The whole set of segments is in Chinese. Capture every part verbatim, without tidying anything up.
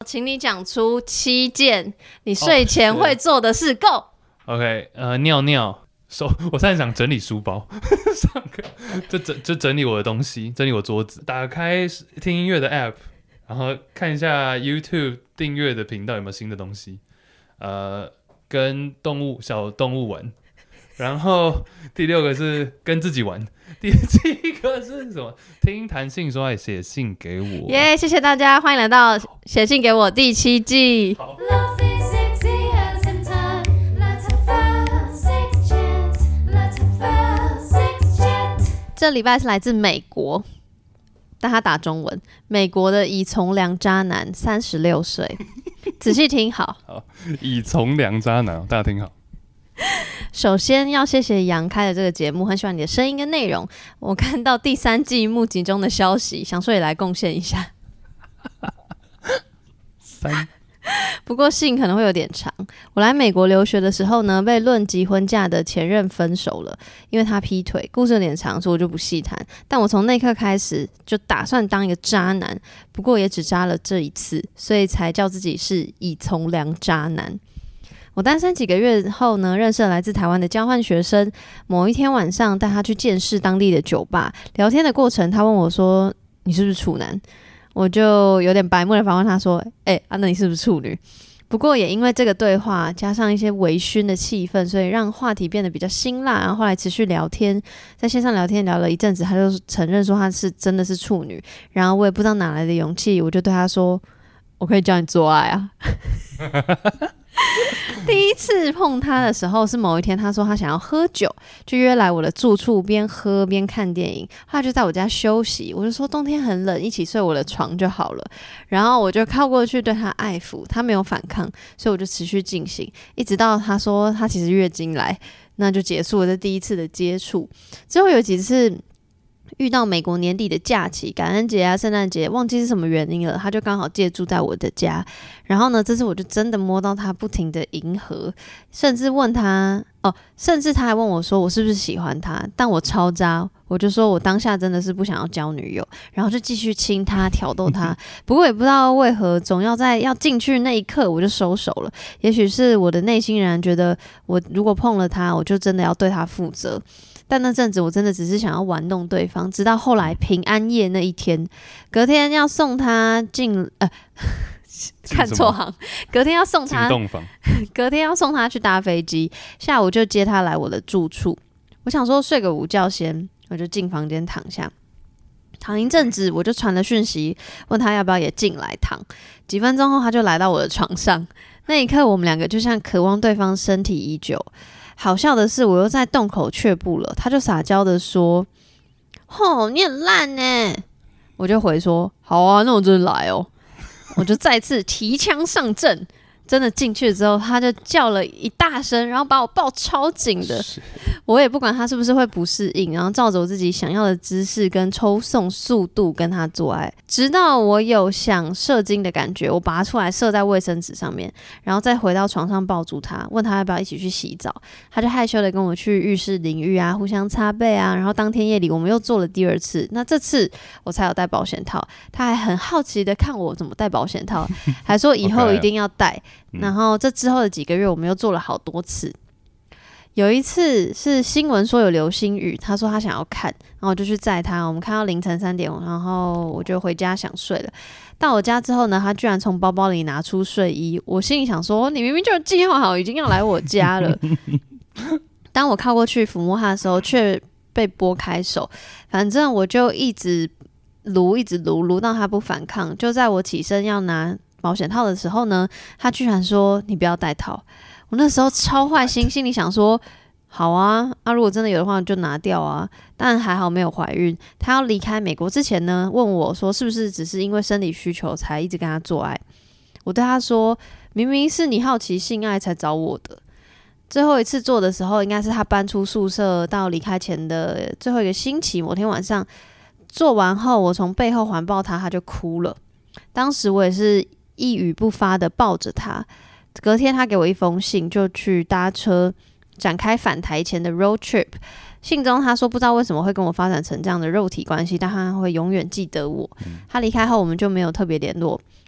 请你讲出七件你睡前会做的事。Go。 OK， 呃，尿尿。手，我现在想整理书包，上课就整就整理我的东西，整理我桌子，打开听音乐的 App， 然后看一下 YouTube 订阅的频道有没有新的东西，呃，跟动物小动物玩，然后第六个是跟自己玩，第七个是什么？听弹性说爱，写信给我。 耶、yeah, 谢谢大家，欢迎来到写信给我第七季。 好。 这礼拜是来自美国，但他打中文。美国的已从良渣男，三十六岁，仔细听好。 好，已从良渣男，大家听好。 首先要谢谢杨开的这个节目，很喜欢你的声音跟内容。我看到第三季募集中的消息，想说也来贡献一下。 三。 不过信可能会有点长。我来美国留学的时候呢，被论及婚嫁的前任分手了，因为他劈腿。故事有点长，所以我就不细谈。但我从那刻开始就打算当一个渣男，不过也只渣了这一次，所以才叫自己是已从良渣男。我单身几个月后呢，认识了来自台湾的交换学生。某一天晚上，带他去见识当地的酒吧，聊天的过程，他问我说：“你是不是处男？”我就有点白目的反问他说：“哎、欸啊，那你是不是处女？”不过也因为这个对话加上一些微醺的气氛，所以让话题变得比较辛辣。然后后来持续聊天，在线上聊天聊了一阵子，他就承认说他是真的是处女。然后我也不知道哪来的勇气，我就对他说：“我可以教你做爱啊。”第一次碰他的时候是某一天，他说他想要喝酒，就约来我的住处，边喝边看电影。后来就在我家休息，我就说冬天很冷，一起睡我的床就好了。然后我就靠过去对他爱抚，他没有反抗，所以我就持续进行，一直到他说他其实月经来，那就结束了这第一次的接触。之后有几次遇到美国年底的假期，感恩节啊、圣诞节，忘记是什么原因了，他就刚好借住在我的家。然后呢，这次我就真的摸到他不停的迎合，甚至问他哦，甚至他还问我说我是不是喜欢他，但我超渣，我就说我当下真的是不想要交女友，然后就继续亲他、挑逗他。不过也不知道为何，总要在要进去那一刻我就收手了。也许是我的内心仍然觉得，我如果碰了他，我就真的要对他负责。但那阵子我真的只是想要玩弄对方，直到后来平安夜那一天，隔天要送他进呃，看错行，隔天要送他进洞房， 隔天要送他去搭飞机，下午就接他来我的住处。我想说睡个午觉先，我就进房间躺下，躺一阵子，我就传了讯息问他要不要也进来躺。几分钟后，他就来到我的床上，那一刻我们两个就像渴望对方身体已久。好笑的是，我又在洞口却步了，他就撒娇的说：“吼，你很烂呢。”我就回说：“好啊，那我真的来哦。”我就再次提枪上阵，真的进去之后，他就叫了一大声，然后把我抱超紧的。我也不管他是不是会不适应，然后照着我自己想要的姿势跟抽送速度跟他做爱，直到我有想射精的感觉，我拔出来射在卫生纸上面，然后再回到床上抱住他，问他要不要一起去洗澡。他就害羞的跟我去浴室淋浴啊，互相擦背啊，然后当天夜里我们又做了第二次，那这次我才有戴保险套。他还很好奇的看我怎么戴保险套，还说以后一定要戴。okay. 然后这之后的几个月我们又做了好多次。有一次是新闻说有流星雨，他说他想要看，然后我就去载他，我们看到凌晨三点，然后我就回家想睡了。到我家之后呢，他居然从包包里拿出睡衣，我心里想说你明明就计划好已经要来我家了。当我靠过去抚摸他的时候，却被拨开手，反正我就一直撸一直撸撸到他不反抗。就在我起身要拿保险套的时候呢，他居然说你不要戴套。我那时候超坏心，心里想说好啊，啊如果真的有的话就拿掉啊。但还好没有怀孕。他要离开美国之前呢，问我说是不是只是因为生理需求才一直跟他做爱。我对他说明明是你好奇性爱才找我的。最后一次做的时候应该是他搬出宿舍到离开前的最后一个星期，某天晚上做完后，我从背后环抱他，他就哭了。当时我也是一语不发的抱着他。隔天他给我一封信，就去搭车展开返台前的 road trip。信中他说不知道为什么会跟我发展成这样的肉体关系，但他会永远记得我。他离开后我们就没有特别联络。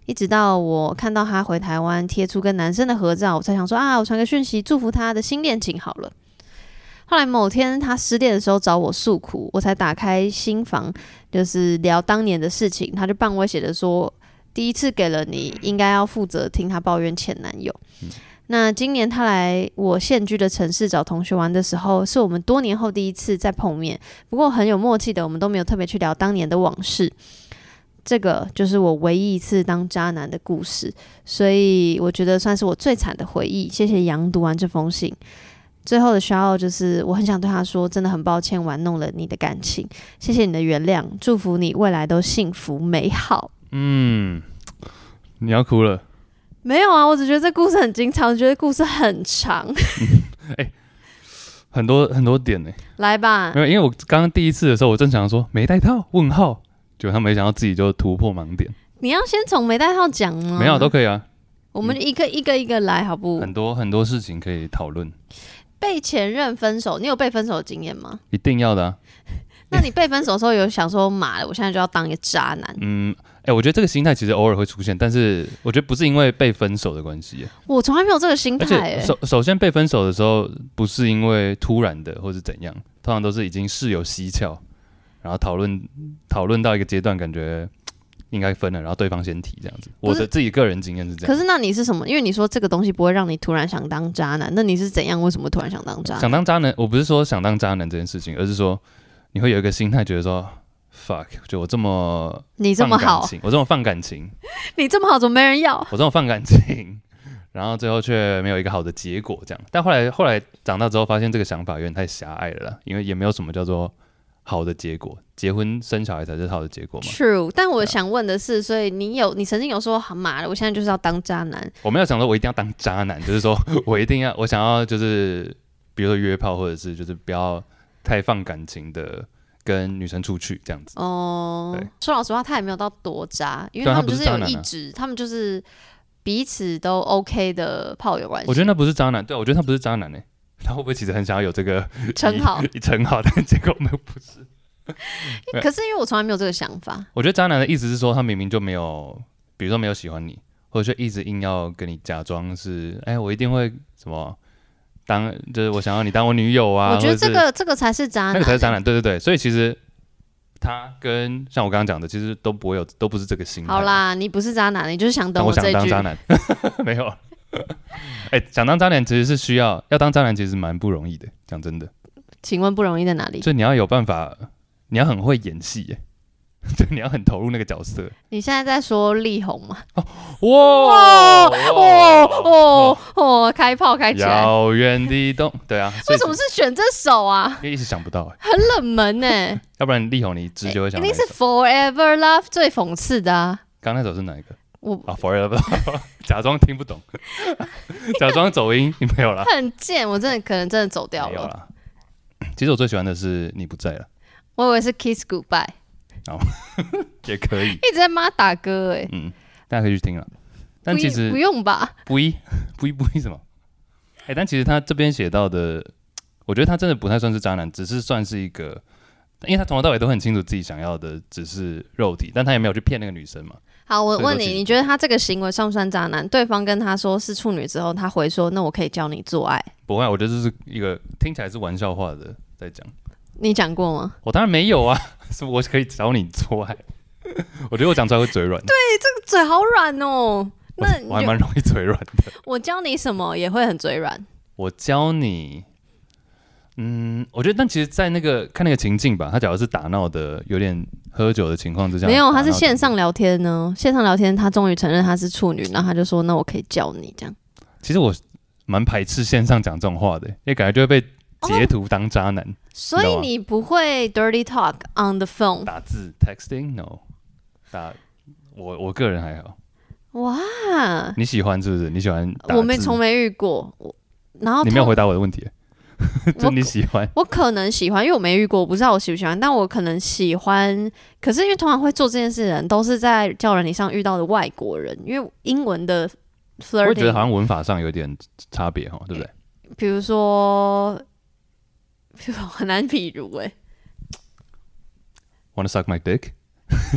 一直到我看到他回台湾贴出跟男生的合照，我才想说啊，我传个讯息祝福他的新恋情好了。后来某天他失恋的时候找我诉苦，我才打开心房，就是聊当年的事情。他就半威胁的说，第一次给了你，应该要负责听他抱怨前男友。嗯、那今年他来我现居的城市找同学玩的时候，是我们多年后第一次再碰面。不过很有默契的，我们都没有特别去聊当年的往事。这个就是我唯一一次当渣男的故事，所以我觉得算是我最惨的回忆。谢谢杨读完这封信。最后的 shout out 就是我很想对他说，真的很抱歉玩弄了你的感情，谢谢你的原谅，祝福你未来都幸福美好。 嗯，你要哭了？ 没有啊，我只觉得这故事很精彩，我觉得故事很长。 哎、欸，很多很多点呢、欸。 来吧， 没有，因为我刚刚第一次的时候，我正想说没带套问号，结果他没想到自己就突破盲点。 你要先从没带套讲吗？ 没有都可以啊， 我们一个一个一个来，好不？ 很多很多事情可以讨论。 被前任分手，你有被分手的经验吗？ 一定要的啊。 那你被分手的时候有想说，妈的，我现在就要当一个渣男？ 嗯，哎、欸，我觉得这个心态其实偶尔会出现，但是我觉得不是因为被分手的关系。 我从来没有这个心态、欸。 首首先被分手的时候，不是因为突然的或是怎样，通常都是已经事有蹊跷，然后讨论讨论到一个阶段，感觉应该分了，然后对方先提这样子。我的自己个人经验是这样。 可是那你是什么？因为你说这个东西不会让你突然想当渣男，那你是怎样？为什么突然想当渣男？ 想当渣男，我不是说想当渣男这件事情，而是说你会有一个心态，觉得说 fuck， 就我这么你这么好， 我这么放感情， 你这么好，怎么没人要？ 我这么放感情，然后最后却没有一个好的结果，这样。但后来后来长大之后，发现这个想法有点太狭隘了啦，因为也没有什么叫做好的结果，结婚生小孩才是好的结果嘛。 True， 但我想问的是，所以你有你曾经有说，好妈的，我现在就是要当渣男。 我没有想说我一定要当渣男，就是说我一定要，我想要就是比如说约炮，或者是就是不要太放感情的跟女生出去这样子。 哦，说老实话，他也没有到多渣，因为他们就是有一直，他们就是彼此都 OK 的炮友关系。 我觉得那不是渣男，对，我觉得他不是渣男诶、欸。他会不会其实很想要有这个称号？ 称号，但结果没有，不是。 可是因为我从来没有这个想法。 我觉得渣男的意思是说，他明明就没有，比如说没有喜欢你，或者说一直硬要跟你假装是，哎、欸，我一定会什么当，就是我想要你当我女友啊。 我觉得这个这个才是渣男、欸， 那个才是渣男，对对对。所以其实他跟像我刚刚讲的，其实都不会有，都不是这个心态。 好啦，你不是渣男，你就是想等我这一句。 我想当渣男，没有。哎、欸，想当渣男其实是需要，要当渣男其实蛮不容易的。讲真的， 请问不容易在哪里？ 就你要有办法，你要很会演戏耶，就你要很投入那个角色。 你现在在说力宏吗？ 哦，哇哦哦哦，开炮开起来！ 遥远的东，对啊， 为什么是选这首啊？ 因为一时想不到， 很冷门哎。 要不然力宏你一直就会想到， 一定是 Forever Love 最讽刺的啊。 刚那首是哪一个？ 我啊 ，Forever， 假装听不懂，假装走音，你没有啦。 很贱，我真的可能真的走掉了。 没有啦。其实我最喜欢的是你不在了。 我以为是 Kiss Goodbye。 哦，也可以。 一直在骂打歌哎。 嗯，大家可以去听了。但其实不用吧？ 不一不一不一什么？哎、欸，但其实他这边写到的，我觉得他真的不太算是渣男，只是算是一个，因为他从头到尾都很清楚自己想要的只是肉体，但他也没有去骗那个女生嘛。 好，我问你，你觉得他这个行为算不算渣男？对方跟他说是处女之后，他回说：“那我可以教你做爱。” 不会，我觉得这是一个听起来是玩笑话的在讲。 你讲过吗？ 我当然没有啊，是我可以教你做爱。我觉得我讲出来会嘴软。 对，这个嘴好软哦。那我还蛮容易嘴软的。 我教你什么也会很嘴软。 我教你。嗯，我觉得，但其实，在那个看那个情境吧，他假如是打闹的，有点喝酒的情况之下， 没有，他是线上聊天呢。线上聊天，他终于承认他是处女，然后他就说：“那我可以教你这样。” 其实我蛮排斥线上讲这种话的，因为感觉就会被截图当渣男。哦、 所以你不会 dirty talk on the phone 打字 texting no 打我我个人还好。 哇， 你喜欢是不是？你喜欢打字？ 我没从没遇过。我然后你没有回答我的问题。就你喜欢我？我可能喜欢，因为我没遇过，我不知道我喜不喜欢。但我可能喜欢，可是因为通常会做这件事的人都是在交友软体上遇到的外国人，因为英文的 flirting， 我觉得好像文法上有点差别哈，对不对？ 比如说，比如很难，比如哎、欸、 ，Wanna suck my dick？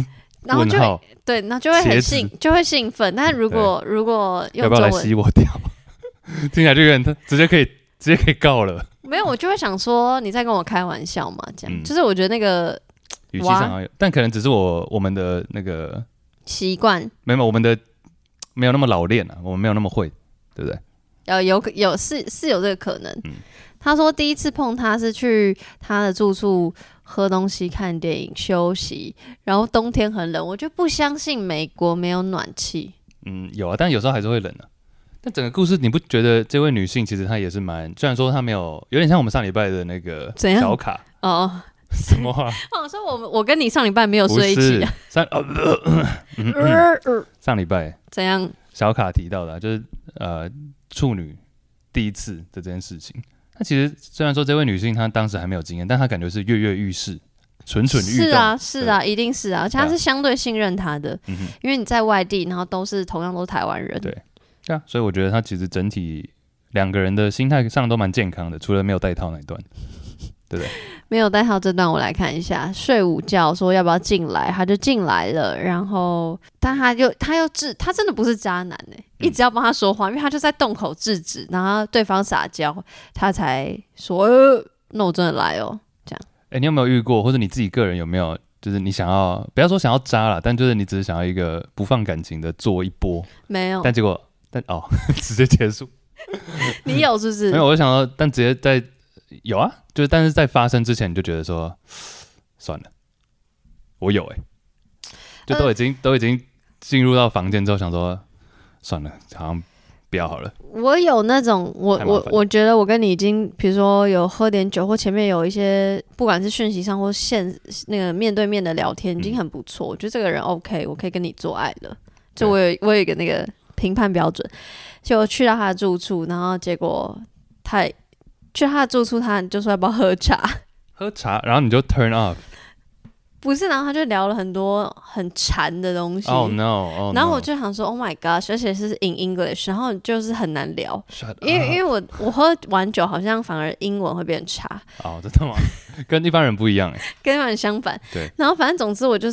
然后就问号会对，然后就会很茄兴， 子就会兴奋。但是如果如果用要不要来中文吸我掉？听起来就有点直接可以直接可以告了。 没有，我就会想说你在跟我开玩笑嘛？这样、 嗯就是我觉得那个语气上好像有，但可能只是我我们的那个习惯， 没有我们的没有那么老练啊，我们没有那么会，对不对？ 呃，有有是是有这个可能。 嗯他说第一次碰他是去他的住处喝东西、看电影、休息，然后冬天很冷，我就不相信美国没有暖气。 嗯，有啊，但有时候还是会冷啊。但整个故事你不觉得这位女性其实她也是蛮，虽然说她没有，有点像我们上礼拜的那个怎样小卡哦， 什么啊？ 我想说我们我跟你上礼拜没有不睡一起是啊， 上呃嗯嗯呃上礼拜怎样？ 小卡提到的啊、就是呃处女第一次的这件事情。那其实虽然说这位女性她当时还没有经验，但她感觉是跃跃欲试、蠢蠢欲动。 是啊，是啊，一定是啊，而且他是相对信任他的， 嗯哼， 因为你在外地，然后都是同样都是台湾人。 对对啊，所以我觉得她其实整体两个人的心态上都蛮健康的，除了没有带套那一段，对不对？ 没有带套这段我来看一下，睡午觉说要不要进来，他就进来了，然后但他又他又制，他真的不是渣男哎、欸，一直要帮他说话，因为他就在洞口制止，然后对方撒娇，他才说，呃，那我真的来哦，这样。 哎，你有没有遇过，或者你自己个人有没有，就是你想要不要说想要渣啦，但就是你只是想要一个不放感情的做一波， 没有， 但结果但哦直接结束， 你有是不是？ 没有，我就想到，但直接在有啊，就是但是在发生之前你就觉得说算了，我有哎、欸，就都已经、呃、都已经进入到房间之后，想说算了，好像不要好了。 我有那种，我我我觉得我跟你已经，比如说有喝点酒，或前面有一些，不管是讯息上或现那个面对面的聊天，已经很不错。嗯、我觉得这个人 OK， 我可以跟你做爱了。就我有我有一个那个评判标准，就去到他的住处，然后结果他去他的住处，他就说要不要喝茶， 喝茶，然后你就 turn off。 不是，然后他就聊了很多很馋的东西。 Oh no! Oh no. 然后我就想说 ，Oh my god！ 而且是 in English， 然后就是很难聊。因为因为我我喝完酒，好像反而英文会变差。 哦，真的吗？跟一般人不一样哎。 跟一般人相反。 对。 然后反正总之我就是，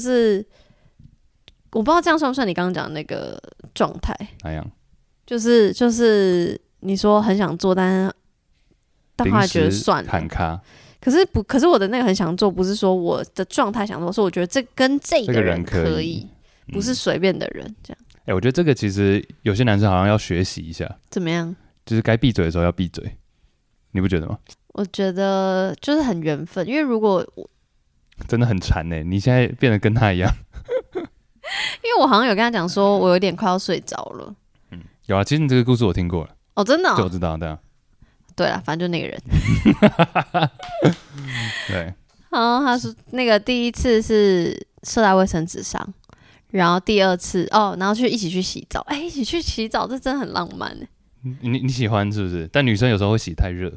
我不知道这样算不算你刚刚讲的那个状态。 哪样？ 就是就是你说很想做，但是但后来觉得算了。 喊卡。 可是不，可是我的那个很想做，不是说我的状态想做，是我觉得这跟这个人可以，这个、不是随便的人这样。 哎、欸，我觉得这个其实有些男生好像要学习一下。 怎么样？ 就是该闭嘴的时候要闭嘴，你不觉得吗？ 我觉得就是很缘分，因为如果我真的很馋哎、欸，你现在变得跟他一样。 因为我好像有跟他讲说，我有点快要睡着了。 嗯，有啊，其实你这个故事我听过了。 哦，真的、哦？ 对，我知道，对啊。 对啦，反正就那个人。 对。 然后他说，那个第一次是射在卫生纸上，然后第二次哦，然后去一起去洗澡。哎，一起去洗澡，这真的很浪漫哎。 你你喜欢是不是？但女生有时候会洗太热。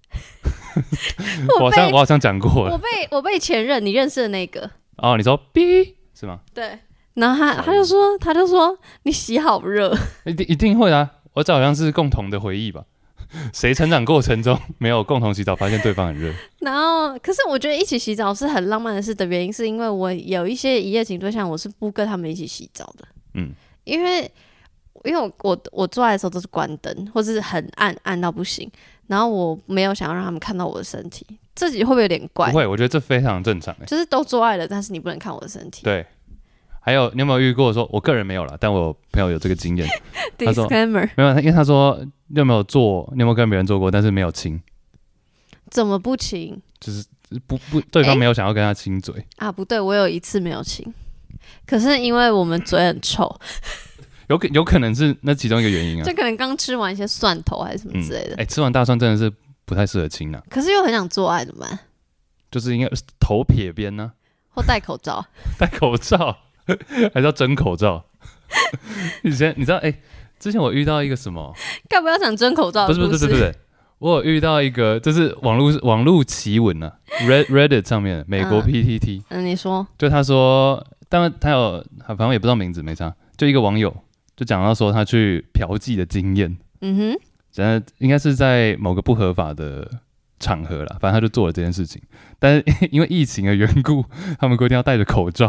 我好像我好像讲过了。 我被我被前任，你认识的那个。 哦，你说 B 是吗？ 对。然后他他就说他就说你洗好热。 一定一定会啊！我这好像是共同的回忆吧。谁成长过程中没有共同洗澡，发现对方很热？然后，可是我觉得一起洗澡是很浪漫的事的原因，是因为我有一些一夜情对象，我是不跟他们一起洗澡的。嗯，因为因为我我我做爱的时候都是关灯，或是很暗暗到不行，然后我没有想要让他们看到我的身体，自己会不会有点怪？ 不会，我觉得这非常正常。 就是都做爱了，但是你不能看我的身体。 对。还有，你有没有遇过说？我个人没有啦，但我朋友有这个经验。他说 Disclaimer 没有，因为他说你有没有做？你有没有跟别人做过？但是没有亲。 怎么不亲？ 就是不不，对方没有想要跟他亲嘴、欸、 啊？不对，我有一次没有亲，可是因为我们嘴很臭， 有可有可能是那其中一个原因啊。 就可能刚吃完一些蒜头还是什么之类的。 哎、嗯欸，吃完大蒜真的是不太适合亲啊。 可是又很想做爱，怎么办？ 就是应该头撇边呢、 啊，或戴口罩。 戴口罩。还是要真口罩？以前你知道，哎、欸，之前我遇到一个什么？ 该不要讲真口罩？ 不是不是不是不是，我有遇到一个，这是网络网络奇闻啊 ，Red Reddit 上面美国 P T T。 嗯，你说？ 就他说，当然他有，反正也不知道名字，没差。就一个网友就讲到说他去嫖妓的经验。嗯哼，讲的应该是在某个不合法的场合啦，反正他就做了这件事情。但是因为疫情的缘故，他们规定要戴着口罩。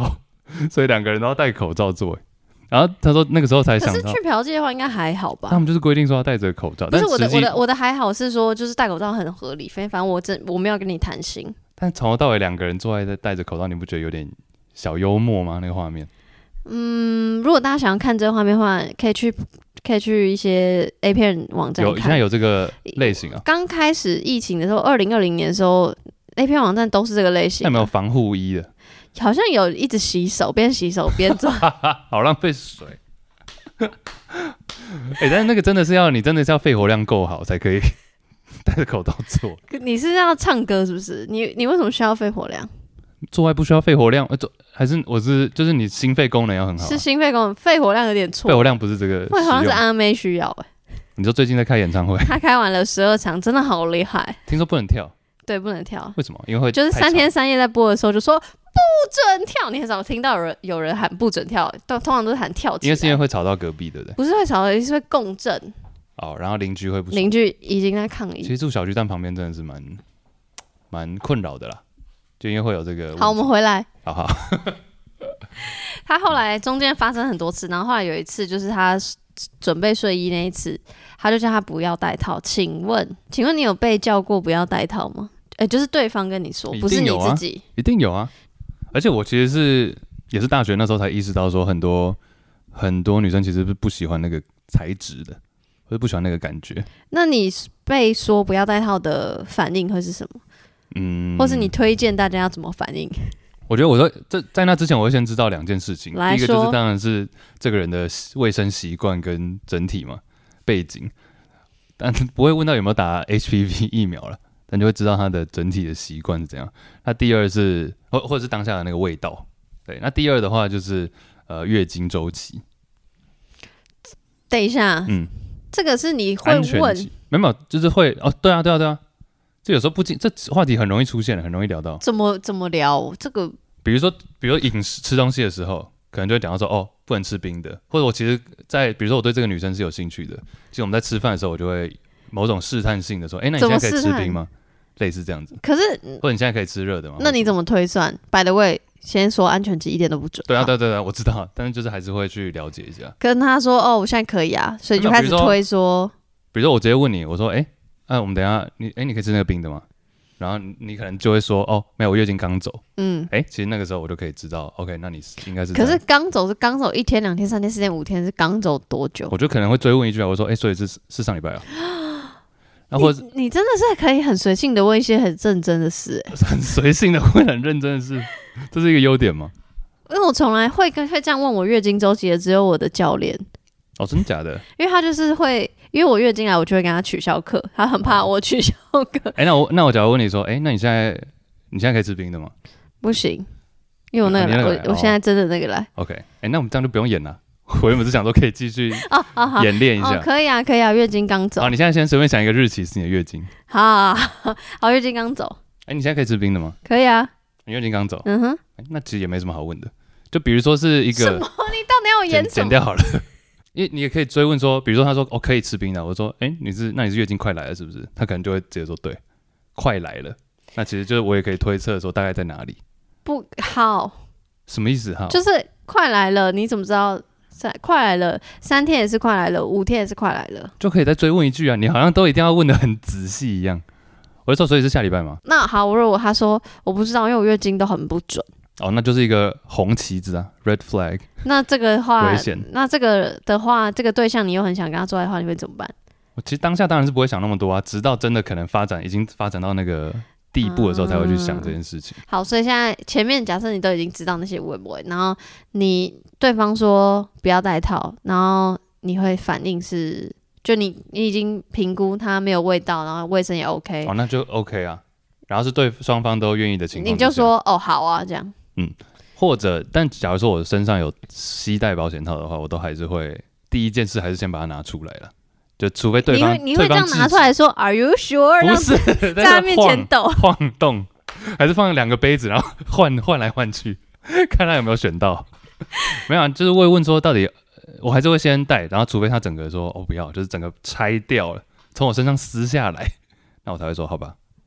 所以两个人都要戴口罩做。然后他说那个时候才想到， 可是去嫖妓的话应该还好吧？ 他们就是规定说要戴着口罩， 不是我的但我的我的还好是说就是戴口罩很合理，反正我真我没有跟你谈心。 但从头到尾两个人坐在戴着口罩，你不觉得有点小幽默吗？那个画面。 嗯，如果大家想要看这个画面的话，可以去可以去一些 A 片网站看。 有现在有这个类型啊。 刚开始疫情的时候，二零二零年的时候 ，A 片网站都是这个类型、啊。 有没有防护衣的？ 好像有一直洗手，边洗手边做， 好浪费水。哎、欸，但是那个真的是要你真的是要肺活量够好才可以戴着口罩做。 你是要唱歌是不是？你你为什么需要肺活量？ 做爱不需要肺活量，呃，还是我是就是你心肺功能要很好、啊。 是心肺功能，肺活量有点错。 肺活量不是这个， 肺活量是阿妹需要哎、欸。 你说最近在开演唱会， 他开完了十二场，真的好厉害。 听说不能跳。 对，不能跳。 为什么？因为会就是三天三夜在播的时候就说不准跳，你很少听到有人有人喊不准跳，都通常都是喊跳起来。 因为是因为会吵到隔壁，对不对？ 不是会吵到，是会共振。 哦，然后邻居会不爽。 邻居已经在抗议。 其实住小巨蛋旁边真的是蛮蛮困扰的啦，就因为会有这个。 好，我们回来。 好好。 他后来中间发生很多次，然后后来有一次就是他准备睡衣那一次，他就叫他不要戴套。请问，请问你有被叫过不要戴套吗？哎、欸，就是对方跟你说，不是你自己。 一定有啊！而且我其实是也是大学那时候才意识到，说很多很多女生其实是不喜欢那个材质的，或者不喜欢那个感觉。 那你被说不要戴套的反应会是什么？嗯，或是你推荐大家要怎么反应？ 我觉得我说这在那之前，我会先知道两件事情。第一个就是当然是这个人的卫生习惯跟整体嘛背景，但不会问到有没有打 H P V 疫苗了。但就会知道他的整体的习惯是怎样。那第二是或或者是当下的那个味道，对。那第二的话就是呃月经周期。 等一下，嗯，这个是你会问？ 没有，就是会哦，对啊，对啊，对啊。这有时候不禁，这话题很容易出现，很容易聊到。 怎么怎么聊这个？ 比如说，比如说饮食吃东西的时候，可能就会讲到说，哦，不能吃冰的。或者我其实在，比如说我对这个女生是有兴趣的，其实我们在吃饭的时候，我就会某种试探性的说，哎、欸，那你现在可以吃冰吗？类似这样子， 可是或者你现在可以吃热的吗？ 那你怎么推算 ？By the way， 先说安全期一点都不准。 对啊，对对对，我知道，但是就是还是会去了解一下。 跟他说哦，我现在可以啊，所以就开始推说。 比如说我直接问你，我说，哎、欸，那、啊、我们等一下，你哎、欸，你可以吃那个冰的吗？然后你可能就会说，哦，没有，我月经刚走。嗯，哎、欸，其实那个时候我就可以知道 ，OK， 那你应该是。 可是刚走是刚走一天、两天、三天、四天、五天，是刚走多久？ 我就可能会追问一句啊，我说，哎、欸，所以是是上礼拜啊。 你, 你真的是可以很随性的问一些很认真的事、欸， 很随性的问很认真的事，这是一个优点吗？ 因为我从来会跟会这样问我月经周期的只有我的教练。 哦，真的假的？ 因为他就是会，因为我月经来，我就会跟他取消课，他很怕我取消课。 哎、欸，那我那我假如问你说，哎、欸，那你现在你现在可以吃冰的吗？ 不行，因为我那个来，啊、那個來我我现在真的那个来。 OK， 哎、欸，那我们这样就不用演了。我原本是想说可以继续演练一下、 哦哦，可以啊，可以啊，月经刚走。 好，你现在先随便想一个日期是你的月经。 好，好，好，月经刚走。 哎、欸，你现在可以吃冰的吗？ 可以啊。 你月经刚走， 嗯哼、 欸，那其实也没什么好问的。就比如说是一个什么？你到底要演什么？ 剪掉好了。因为你也可以追问说，比如说他说哦可以吃冰的，我说哎、欸、你是那你是月经快来了是不是？他可能就会直接说对，快来了。那其实就是我也可以推测说大概在哪里。 不好， 什么意思哈？ 就是快来了，你怎么知道？快来了，三天也是快来了，五天也是快来了， 就可以再追问一句啊！你好像都一定要问得很仔细一样。我就说，所以是下礼拜吗？ 那好，如果他说我不知道，因为我月经都很不准。 哦，那就是一个红旗子啊 ，red flag。 那这个的话， 危险。 那这个的话，这个对象你又很想跟他做爱的话，你会怎么办？ 我其实当下当然是不会想那么多啊，直到真的可能发展已经发展到那个地步的时候，才会去想这件事情。 嗯、好，所以现在前面假设你都已经知道那些微博，然后你对方说不要戴套，然后你会反应是，就你你已经评估它没有味道，然后卫生也 OK， 哦，那就 OK 啊。然后是对双方都愿意的情况， 你就说哦好啊这样。 嗯，或者但假如说我身上有携带保险套的话，我都还是会第一件事还是先把它拿出来了。就除非对方， 你会你会这样拿出来说 ，Are you sure？ 不是在他面前抖晃动，还是放两个杯子，然后换换来换去，看他有没有选到。没有、啊，就是会问说到底，我还是会先戴，然后除非他整个说哦不要，就是整个拆掉了，从我身上撕下来，那我才会说好吧，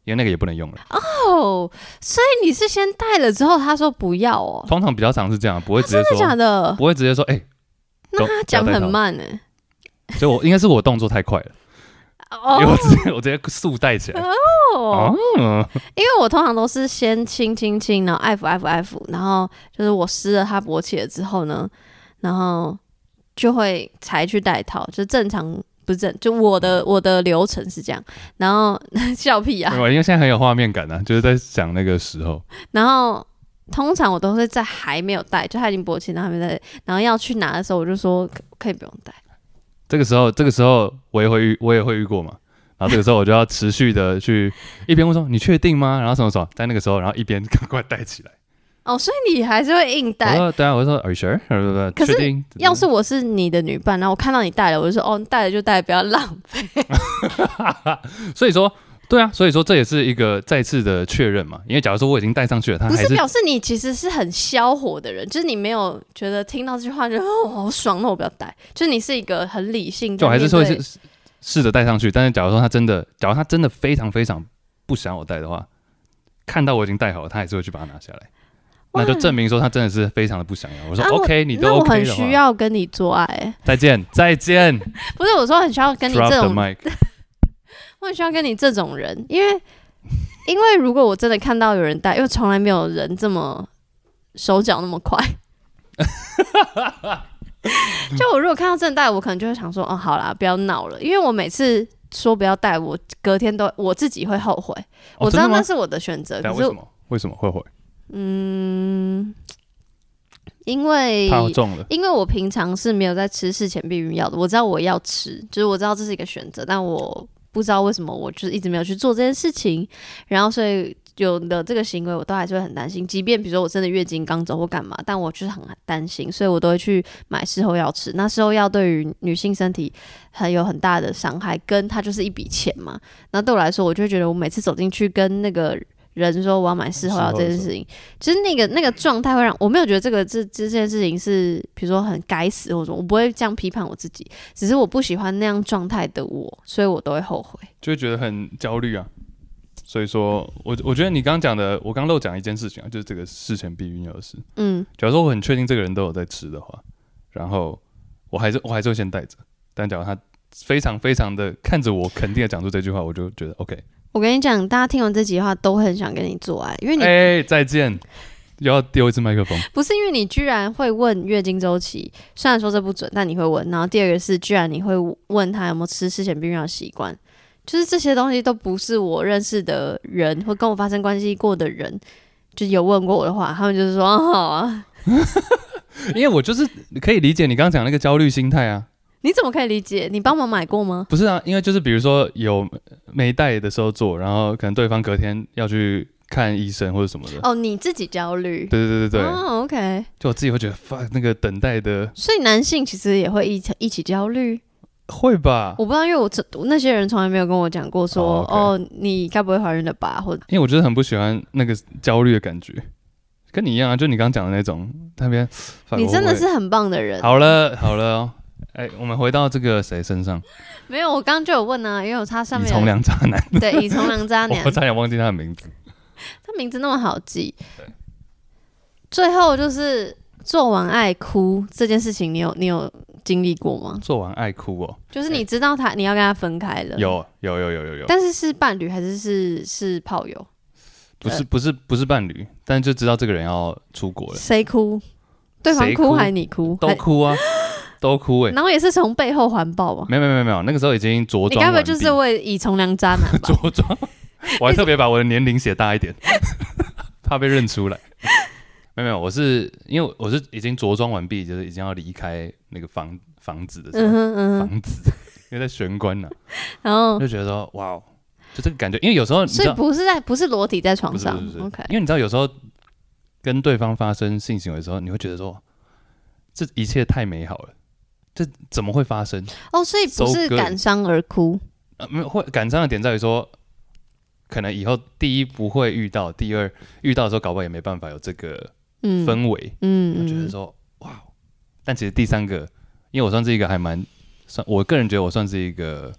因为那个也不能用了。 哦，所以你是先带了之后，他说不要哦。 通常比较常是这样，不会直接说， 真的假的？ 不会直接说，哎、欸， 那他讲很慢哎、 欸，所以我应该是我动作太快了， 哦、 因为我直接我直接速带起来。 哦，哦因为我通常都是先亲亲亲，然后爱抚爱抚爱抚，然后就是我湿了他勃起了之后呢，然后就会才去戴套，就正常。不是正，就我的我的流程是这样，然后笑屁啊！ 因为现在很有画面感啊，就是在讲那个时候。 然后通常我都是在还没有戴，就他已经勃起，然后还没戴，然后要去拿的时候，我就说 可, 可以不用戴。 这个时候，这个时候我也会遇，我也会遇过嘛。然后这个时候我就要持续的去一边问说你确定吗？然后什么什么，在那个时候，然后一边赶快戴起来。 哦，所以你还是会硬戴？ 我对啊，我就说 Are you sure？ 可是确定？ 要是我是你的女伴，然后我看到你戴了，我就说哦，戴了就戴，不要浪费。 所以说，对啊，所以说这也是一个再次的确认嘛。因为假如说我已经戴上去了，他还是不是表示你其实是很消火的人，就是你没有觉得听到这句话就哦好爽，那我不要戴。就是你是一个很理性， 就还是会是试着戴上去。但是假如说他真的，假如他真的非常非常不想我戴的话，看到我已经戴好了，他还是会去把它拿下来。那就证明说他真的是非常的不想要。我说、啊、OK， 你都 OK 的话， 那我很需要跟你做爱、欸。 再见，再见。 不是我说很需要跟你这种， mic 我很需要跟你这种人，因为因为如果我真的看到有人戴，因为从来没有人这么手脚那么快。就我如果看到真的戴，我可能就会想说，哦，好啦，不要闹了，因为我每次说不要戴，我隔天都我自己会后悔。 哦、 我知道那是我的选择，可是为什么？为什么会后悔？ 嗯，因为怕中了， 因为我平常是没有在吃事前避孕药的。我知道我要吃，就是我知道这是一个选择，但我不知道为什么我就是一直没有去做这件事情。然后所以有的这个行为，我都还是会很担心。即便比如说我真的月经刚走或干嘛，但我就是很担心，所以我都会去买事后药吃。那事后药对于女性身体很有很大的伤害，跟它就是一笔钱嘛。那对我来说，我就会觉得我每次走进去跟那个人说我要买事后药这件事情，其实那个那个状态会让我没有觉得这个这这件事情是比如说很该死或者我不会这样批判我自己，只是我不喜欢那样状态的我，所以我都会后悔， 就会觉得很焦虑啊。所以说我我觉得你刚刚讲的，我刚漏讲一件事情啊，就是这个事前避孕药的事。嗯，假如说我很确定这个人都有在吃的话，然后我还是我还是会先带着，但假如他非常非常的看着我肯定的讲出这句话，我就觉得 OK。 我跟你讲，大家听完这集的话都会很想跟你做爱，因为你哎、欸、再见，又要丢一支麦克风。 不是因为你居然会问月经周期，虽然说这不准，但你会问。然后第二个是，居然你会问他有没有吃事前避孕药的习惯，就是这些东西都不是我认识的人或跟我发生关系过的人，就有问过我的话，他们就是说、哦、好啊。 因为我就是可以理解你刚刚讲那个焦虑心态啊。 你怎么可以理解？你帮忙买过吗？ 不是啊，因为就是比如说有没带的时候做，然后可能对方隔天要去看医生或者什么的。 哦，你自己焦虑。 对对对对对。 哦 ，OK。 就我自己会觉得，发那个等待的。 所以男性其实也会一起一起焦虑。 会吧？ 我不知道，因为我那些人从来没有跟我讲过说，哦, oh, okay. 哦，你该不会怀孕了吧？或者， 因为我真的很不喜欢那个焦虑的感觉。跟你一样啊，就你刚刚讲的那种，那边你真的是很棒的人。 好了好了哦。哎、欸，我们回到这个谁身上？ 没有，我刚刚就有问啊，因为他上面以从良渣男， 对，以从良渣男， 我差点忘记他的名字。 他名字那么好记。最后就是做完爱哭这件事情，你有你有经历过吗？ 做完爱哭哦， 就是你知道他、欸、你要跟他分开了， 有有有有有有， 但是是伴侣还是是是炮友？ 不是不是不是伴侣，但就知道这个人要出国了。 谁哭？对方哭还是你哭？ 都哭啊。都哭哎、欸， 然后也是从背后环抱吧？ 没有没有没有，那个时候已经着装完毕。 你该不会就是为以从良渣男吧？ 着装，我还特别把我的年龄写大一点，怕被认出来。没有没有，我是因为我是已经着装完毕，就是已经要离开那个房房子的时候，嗯嗯房子因为在玄关呢、啊，然后就觉得说哇，就这个感觉，因为有时候你知道所以不是在不是裸体在床上， 不是不是不是 OK， 因为你知道有时候跟对方发生性行为的时候，你会觉得说这一切太美好了。这怎么会发生？ 哦，所以不是感伤而哭。 呃，没有，会感伤的点在于说，可能以后第一不会遇到，第二遇到的时候，搞不好也没办法有这个氛围。嗯，我觉得说哇，但其实第三个，因为我算是一个还蛮算，我个人觉得我算是一个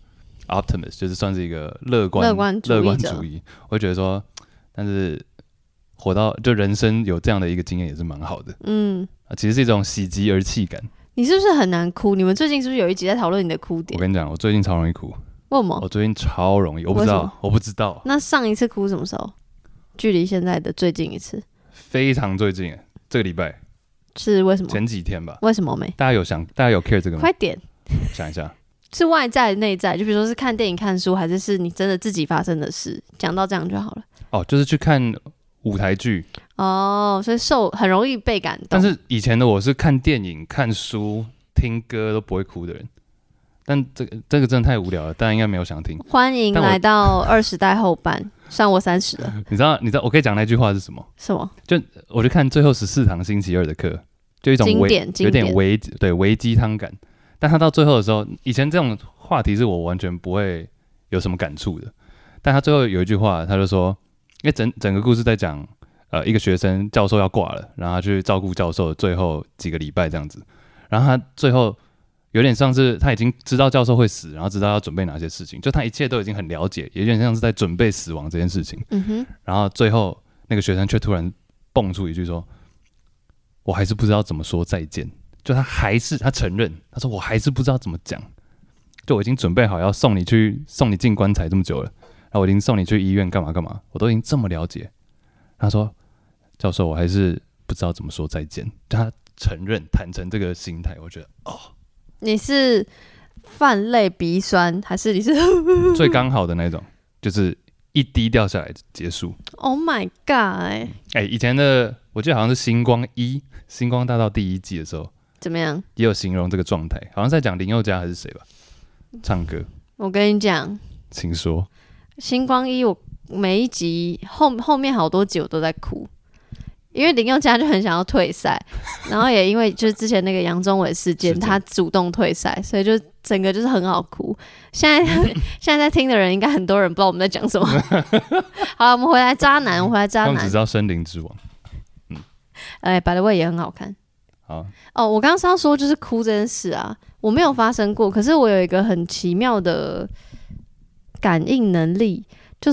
optimist， 就是算是一个乐观乐观乐观主义。我会觉得说，但是活到就人生有这样的一个经验也是蛮好的。嗯，啊，其实是一种喜极而泣感。 你是不是很难哭？你们最近是不是有一集在讨论你的哭点？ 我跟你讲，我最近超容易哭。 为什么？ 我最近超容易，我不知道，我不知道。 那上一次哭什么时候？距离现在的最近一次？ 非常最近，这个礼拜。 是为什么？ 前几天吧。 为什么没？ 大家有想，大家有 care 这个吗？ 快点， 想一下。 是外在内在，就比如说是看电影、看书，还是是你真的自己发生的事？讲到这样就好了。 哦，就是去看舞台剧。 哦，所以受很容易被感动。 但是以前的我是看电影、看书、听歌都不会哭的人。但这个这个真的太无聊了，大家应该没有想听。 欢迎来到二十代后半，算我三十了。 你知道，你知道我可以讲那句话是什么？ 什么？ 就我就看最后十四堂星期二的课，就一种经典有点微对微鸡汤感。但他到最后的时候，以前这种话题是我完全不会有什么感触的。但他最后有一句话，他就说，因为整整个故事在讲，呃，一个学生教授要挂了，然后他去照顾教授的最后几个礼拜这样子，然后他最后。有点像是他已经知道教授会死，然后知道要准备哪些事情，就他一切都已经很了解，有点像是在准备死亡这件事情。嗯哼。然后最后那个学生却突然蹦出一句说：“我还是不知道怎么说再见。”就他还是他承认，他说：“我还是不知道怎么讲。”就我已经准备好要送你去送你进棺材这么久了，然后我已经送你去医院干嘛干嘛，我都已经这么了解。他说：“教授，我还是不知道怎么说再见。”就他承认坦诚这个心态，我觉得哦。 你是泛泪鼻酸，还是你是最刚好的那种，就是一滴掉下来结束。 Oh my god！ 哎、 欸欸，以前的我记得好像是《星光一》《星光大道》第一季的时候， 怎么样？ 也有形容这个状态，好像在讲林宥嘉还是谁吧，唱歌。 我跟你讲， 请说。《 星光一》我每一集后后面好多集我都在哭。因为林宥嘉就很想要退赛，然后也因为就是之前那个杨宗纬事件，他主动退赛，所以就整个就是很好哭。现在现在在听的人，应该很多人不知道我们在讲什么。好了，我们回来渣男，我们回来渣男。 他们只知道《森林之王》。 嗯，哎 ，By the way 也很好看。 好。 哦，我刚刚是要说就是哭这件事啊，我没有发生过，可是我有一个很奇妙的感应能力，就是。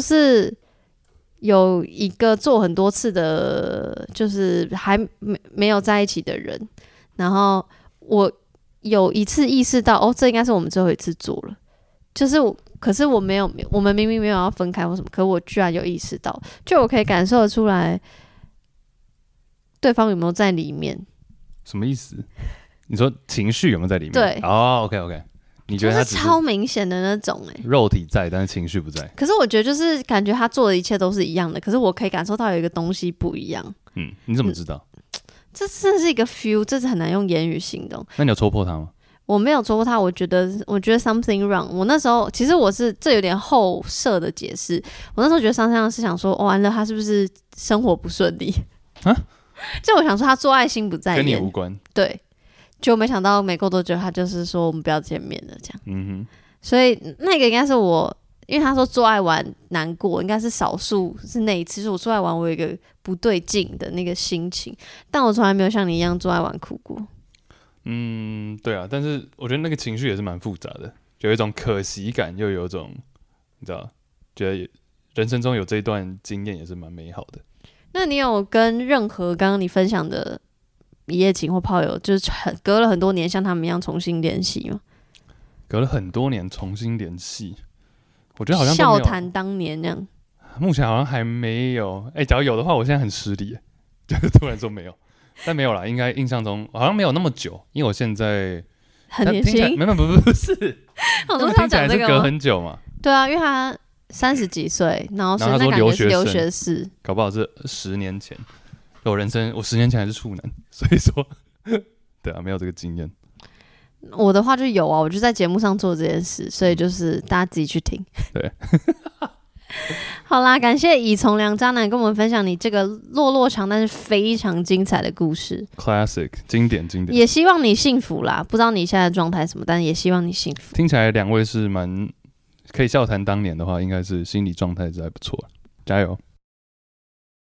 有一个做很多次的，就是还没没有在一起的人，然后我有一次意识到，哦，这应该是我们最后一次做了，就是我，可是我没有，我们明明没有要分开或什么，可我居然有意识到，就我可以感受得出来，对方有没有在里面？ 什么意思？你说情绪有没有在里面？ 对， 哦 ，OK OK。你觉得他是超明显的那种哎、欸， 肉体在，但是情绪不在。 可是我觉得就是感觉他做的一切都是一样的，可是我可以感受到有一个东西不一样。 嗯，你怎么知道？ 嗯、这真的是一个 feel， 这是很难用言语形容。 那你有戳破他吗？ 我没有戳破他，我觉得我觉得 something wrong。我那时候其实我是这有点后设的解释，我那时候觉得上上是想说，哦，完了他是不是生活不顺利啊？就我想说他做爱心不在焉， 跟你无关。 对。就没想到没过多久，他就是说我们不要见面了，这样。嗯哼。所以那个应该是我，因为他说做爱完难过，应该是少数是那一次。是我做爱完我有一个不对劲的那个心情，但我从来没有像你一样做爱完哭过。 嗯，对啊，但是我觉得那个情绪也是蛮复杂的，就有一种可惜感，又有一种你知道，觉得人生中有这一段经验也是蛮美好的。 那你有跟任何刚刚你分享的？一夜情或炮友，就是很隔了很多年，像他们一样重新联系吗？ 隔了很多年重新联系，我觉得好像笑谈当年那样。 目前好像还没有。哎、欸，假如有的话，我现在很失礼，就是突然说没有，但没有啦。应该印象中好像没有那么久，因为我现在很年轻。 没有，不不不是， 我说听起来是隔很久嘛。 对啊，因为他三十几岁，然后所以那感觉是留学士， 搞不好是十年前。我人生，我十年前还是处男，所以说，对啊，没有这个经验。 我的话就有啊，我就在节目上做这件事，所以就是大家自己去听。 对， 好啦，感谢以从良渣男跟我们分享你这个落落长但是非常精彩的故事 ，classic 经典经典。 也希望你幸福啦，不知道你现在的状态什么，但是也希望你幸福。 听起来两位是蛮可以笑谈当年的话，应该是心理状态是还不错，加油。